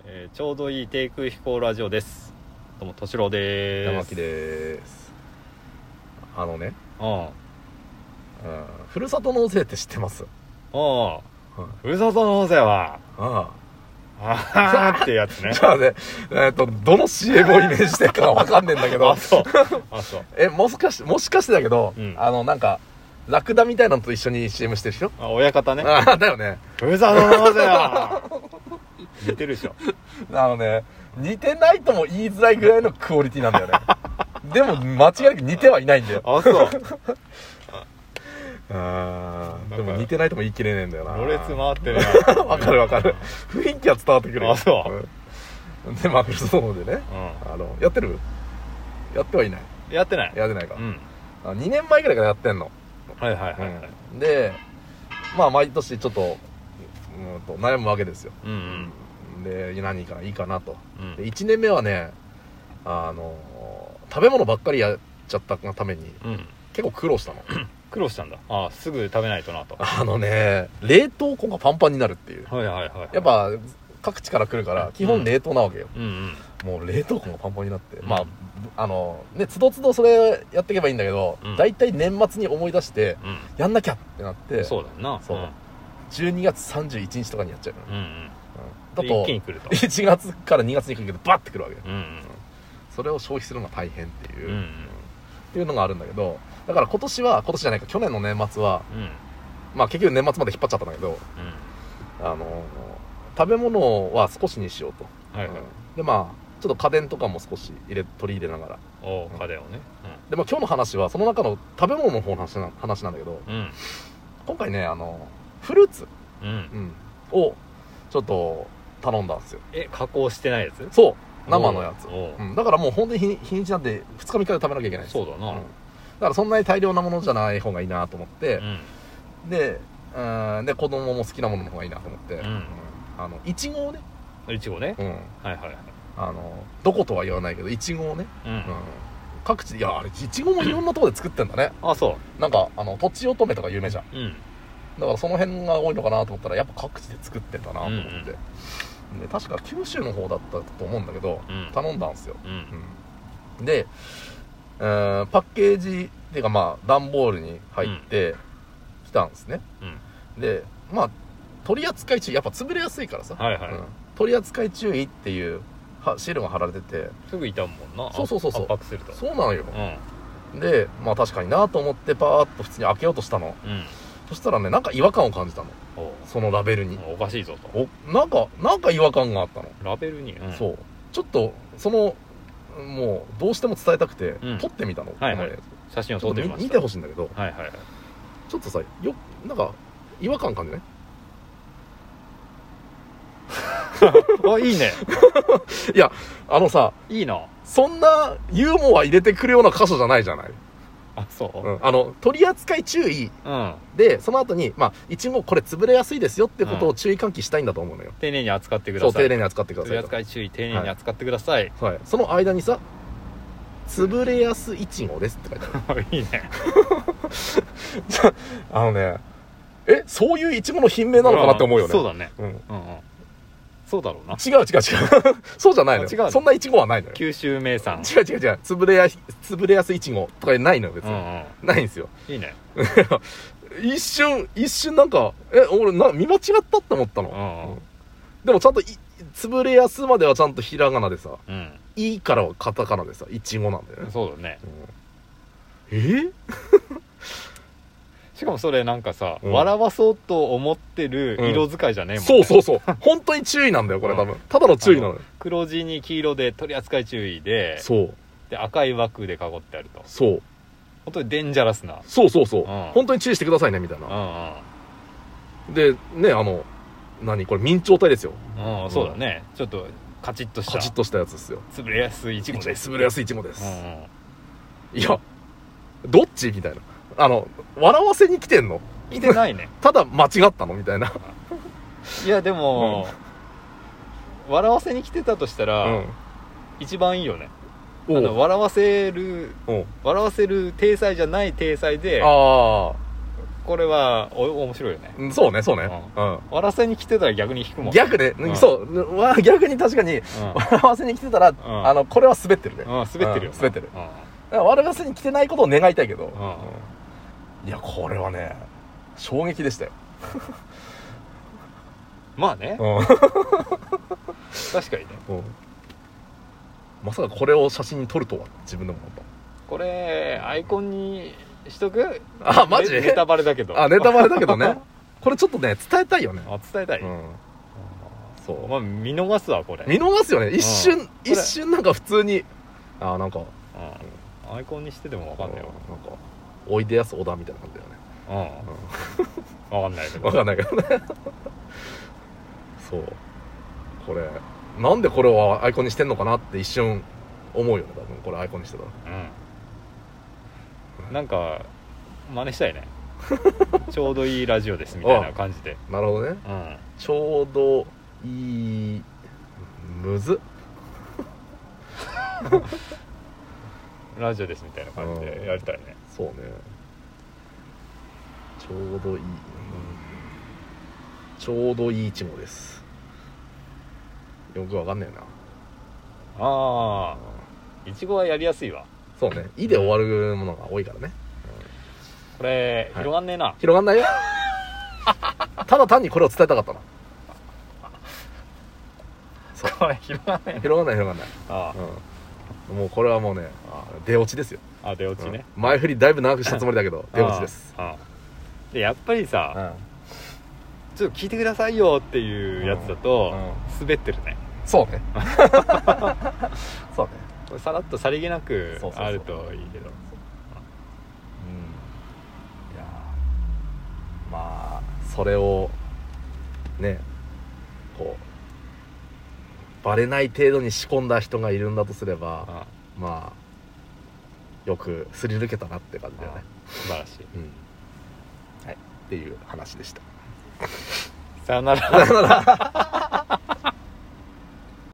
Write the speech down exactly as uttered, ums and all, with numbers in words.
えー、ちょうどいい低空飛行ラジオです。どうもとしろでーす。 山木でーす。あのね、 うん、 うん、ふるさと納税って知ってます？ ああ、うん、ふるさと納税はあああってやつね。 じゃあね、えー、とどの シーエム をイメージしてるかが分かんねえんだけどあそうあそうえもしかしてもしかしてだけど、 うん、 あのなんかラクダみたいなのと一緒に シーエム してる人？ あ、親方ね。 あだよね。 ふるさと納税は似てるでしょ。 あのね、似てないとも言いづらいぐらいのクオリティなんだよね。でも間違いなく似てはいないんだよ。 あ、そうあでも似てないとも言い切れねえんだよな。 ろれつ回ってるな。 わかるわかる。雰囲気は伝わってくる。 あ、そう、 うん、でまあふるさと納税ね、うん、あのやってる？やってはいない。 やってないやってないか、うん、 あにねんまえぐらいからやってんの。 はいはいはい、はい、 うん、でまあ毎年ちょっと、うん、と悩むわけですよ、 うんうん、で何かいいかなと、 うん、 でいちねんめはねあの食べ物ばっかりやっちゃったがために、うん、結構苦労したの。 苦労したんだ。ああ、すぐ食べないとなと。 あのね冷凍庫がパンパンになるっていう、 はいはいはい、はい、 やっぱ各地から来るから基本冷凍なわけよ、 うんうんうん、 もう冷凍庫がパンパンになって、 うん、まああのねつどつどそれやっていけばいいんだけど、うん、だいたい年末に思い出して、うん、やんなきゃってなって、 そうだな、 そう、うん、じゅうにがつさんじゅういちにちとかにやっちゃうの、うんうん、だと一気に来るといちがつからにがつにかけてバッてくるわけよ、 うんうん、 それを消費するのが大変っていう、 うんうん、 っていうのがあるんだけど、だから今年は今年じゃないか去年の年末は、うん、まあ結局年末まで引っ張っちゃったんだけど、うん、あの食べ物は少しにしようと、はいはい、うん、でまあちょっと家電とかも少し入れ取り入れながら、 お家電をね、 うん、でまあ今日の話はその中の食べ物の方の話 な, 話なんだけど、うん、今回ねあのフルーツ、うんうん、をちょっと頼んだんですよ。 え加工してないやつ？ そう生のやつ、うん、だからもう本当に 日, 日にちなんでふつかみっかで食べなきゃいけないんですよ。 そうだな、うん、だからそんなに大量なものじゃない方がいいなと思って、うん、でうんで子供も好きなものの方がいいなと思って、うん、あのいちごをねいちごね、うん、はいはいはい、 あのどことは言わないけどいちごをね、うんうん、各地でいやあれいちごもいろんなところで作ってんだね。 あそうなんかあのとちおとめとか有名じゃん、うん、だからその辺が多いのかなと思ったらやっぱ各地で作ってんだなと思って、うんうん、で確か九州の方だったと思うんだけど、うん、頼んだんですよ、うんうん、で、えー、パッケージっていうかまあ段ボールに入ってきたんですね、うん、でまあ取り扱い注意やっぱ潰れやすいからさ、はいはい、うん、取り扱い注意っていうシールが貼られててすぐ傷むもんな。 そうそうそうそう、 圧迫すると。 そうなのよ、うん、でまあ確かになと思ってパーッと普通に開けようとしたの、うん、そしたらねなんか違和感を感じたの、そのラベルに。 おかしいぞと。 おなんかなんか違和感があったのラベルに、うん、 そうちょっとそのもうどうしても伝えたくて、うん、撮ってみたの、 はいはい、写真を撮ってみました。 見てほしいんだけど、 はいはいはい、 ちょっとさよなんか違和感感じない？ あいいねいやあのさいいな、 そんなユーモア入れてくるような箇所じゃないじゃない。 あそう、 うん、あの取り扱い注意、うん、でその後にまあいちごこれ潰れやすいですよってことを注意喚起したいんだと思うのよ、うん、 丁寧に扱ってください。 そう丁寧に扱ってください。 取り扱い注意丁寧に扱ってください、 はいはい、その間にさ潰れやすいちごですって書いてあるいいねあのねえそういういちごの品名なのかなって思うよね。 そうだね、うんうんうん、そうだろうな。 違う違う違うそうじゃないのよ。そんないちごはないのよ。 九州名産。 違う違う違う潰れや潰れやすいいちごとかないのよ別に、うんうん、ないんですよ。 いいね一瞬一瞬なんかえ俺な見間違ったって思ったの、うんうん、でもちゃんと潰れやすまではちゃんとひらがなでさ、うん、いいからはカタカナでさいちごなんだよね。 そうだね、 うん、えしかもそれなんかさ、うん、笑わそうと思ってる色使いじゃねえもんね、 うん、そうそうそう本当に注意なんだよこれ多分、うん、ただの注意なのよ。 黒地に黄色で取り扱い注意で、 そうで赤い枠で囲ってあると。 そう本当にデンジャラスな。 そうそうそう、うん、本当に注意してくださいねみたいな、うんうん、でねあの何これ明朝体ですよ、 うん、そうだね、ちょっとカチッとしたカチッとしたやつですよ。 潰れやすいイチゴです。 潰れやすいイチゴです、うんうん、いやどっちみたいな、あの笑わせに来てんの？ 来てないねただ間違ったのみたいな。 いやでも、うん、笑わせに来てたとしたら、うん、一番いいよね。あの笑わせる笑わせる体裁じゃない体裁であこれはお面白いよね。 うん、そうねそうね、 うんうん、 笑わせに来てたら逆に引くもん。 逆で、 うん、 そうわ逆に確かに、 うん、 笑わせに来てたら、 うん、 あのこれは滑ってるね、 うん、滑ってるよ、 うん、滑ってる、 うん、 だから笑わせに来てないことを願いたいけど、 うん、 いやこれはね衝撃でしたよまあね、 うん、 確かにね、 うん、まさかこれを写真に撮るとは自分でも思った。 これアイコンにしとく。 あマジネタバレだけど。 あネタバレだけどねこれちょっとね伝えたいよね。 あ伝えたい、 うん、そうまあ見逃すわこれ。 見逃すよね一瞬、 うん、 一瞬なんか普通にあなんか、 うん、アイコンにしてても分かんないよ。 なんかおいでやす小田みたいな感じだよね。 うん、うん、分かんないけど分かんないけどねそうこれなんでこれをアイコンにしてんのかなって一瞬思うよね多分これアイコンにしてたら。 うん、なんか真似したいねちょうどいいラジオですみたいな感じで。 なるほどね、うん、ちょうどいいむずラジオですみたいな感じでやりたいね。 そうねちょうどいい、うん、ちょうどいいチモです。よくわかんねえな。 ああいちごはやりやすいわ。 そうねいで終わるものが多いからね、うん、 これ、はい、広がんねえな。 広がんないよただ単にこれを伝えたかったなそうこれ広がんない広がんない広がんない。 ああ、 うん、もうこれはもうね出落ちですよ。 あ出落ちね、 うん、前振りだいぶ長くしたつもりだけど出落ちです。 ああでやっぱりさ、うん、ちょっと聞いてくださいよっていうやつだと、うんうん、滑ってるね。 そうねそうねこれさらっとさりげなくあるといいけど。 いやまあそれをねこうバレない程度に仕込んだ人がいるんだとすれば、ああまあよくすり抜けたなって感じだよね。 素晴らしい、 うんはい、っていう話でした。 さよならさよなら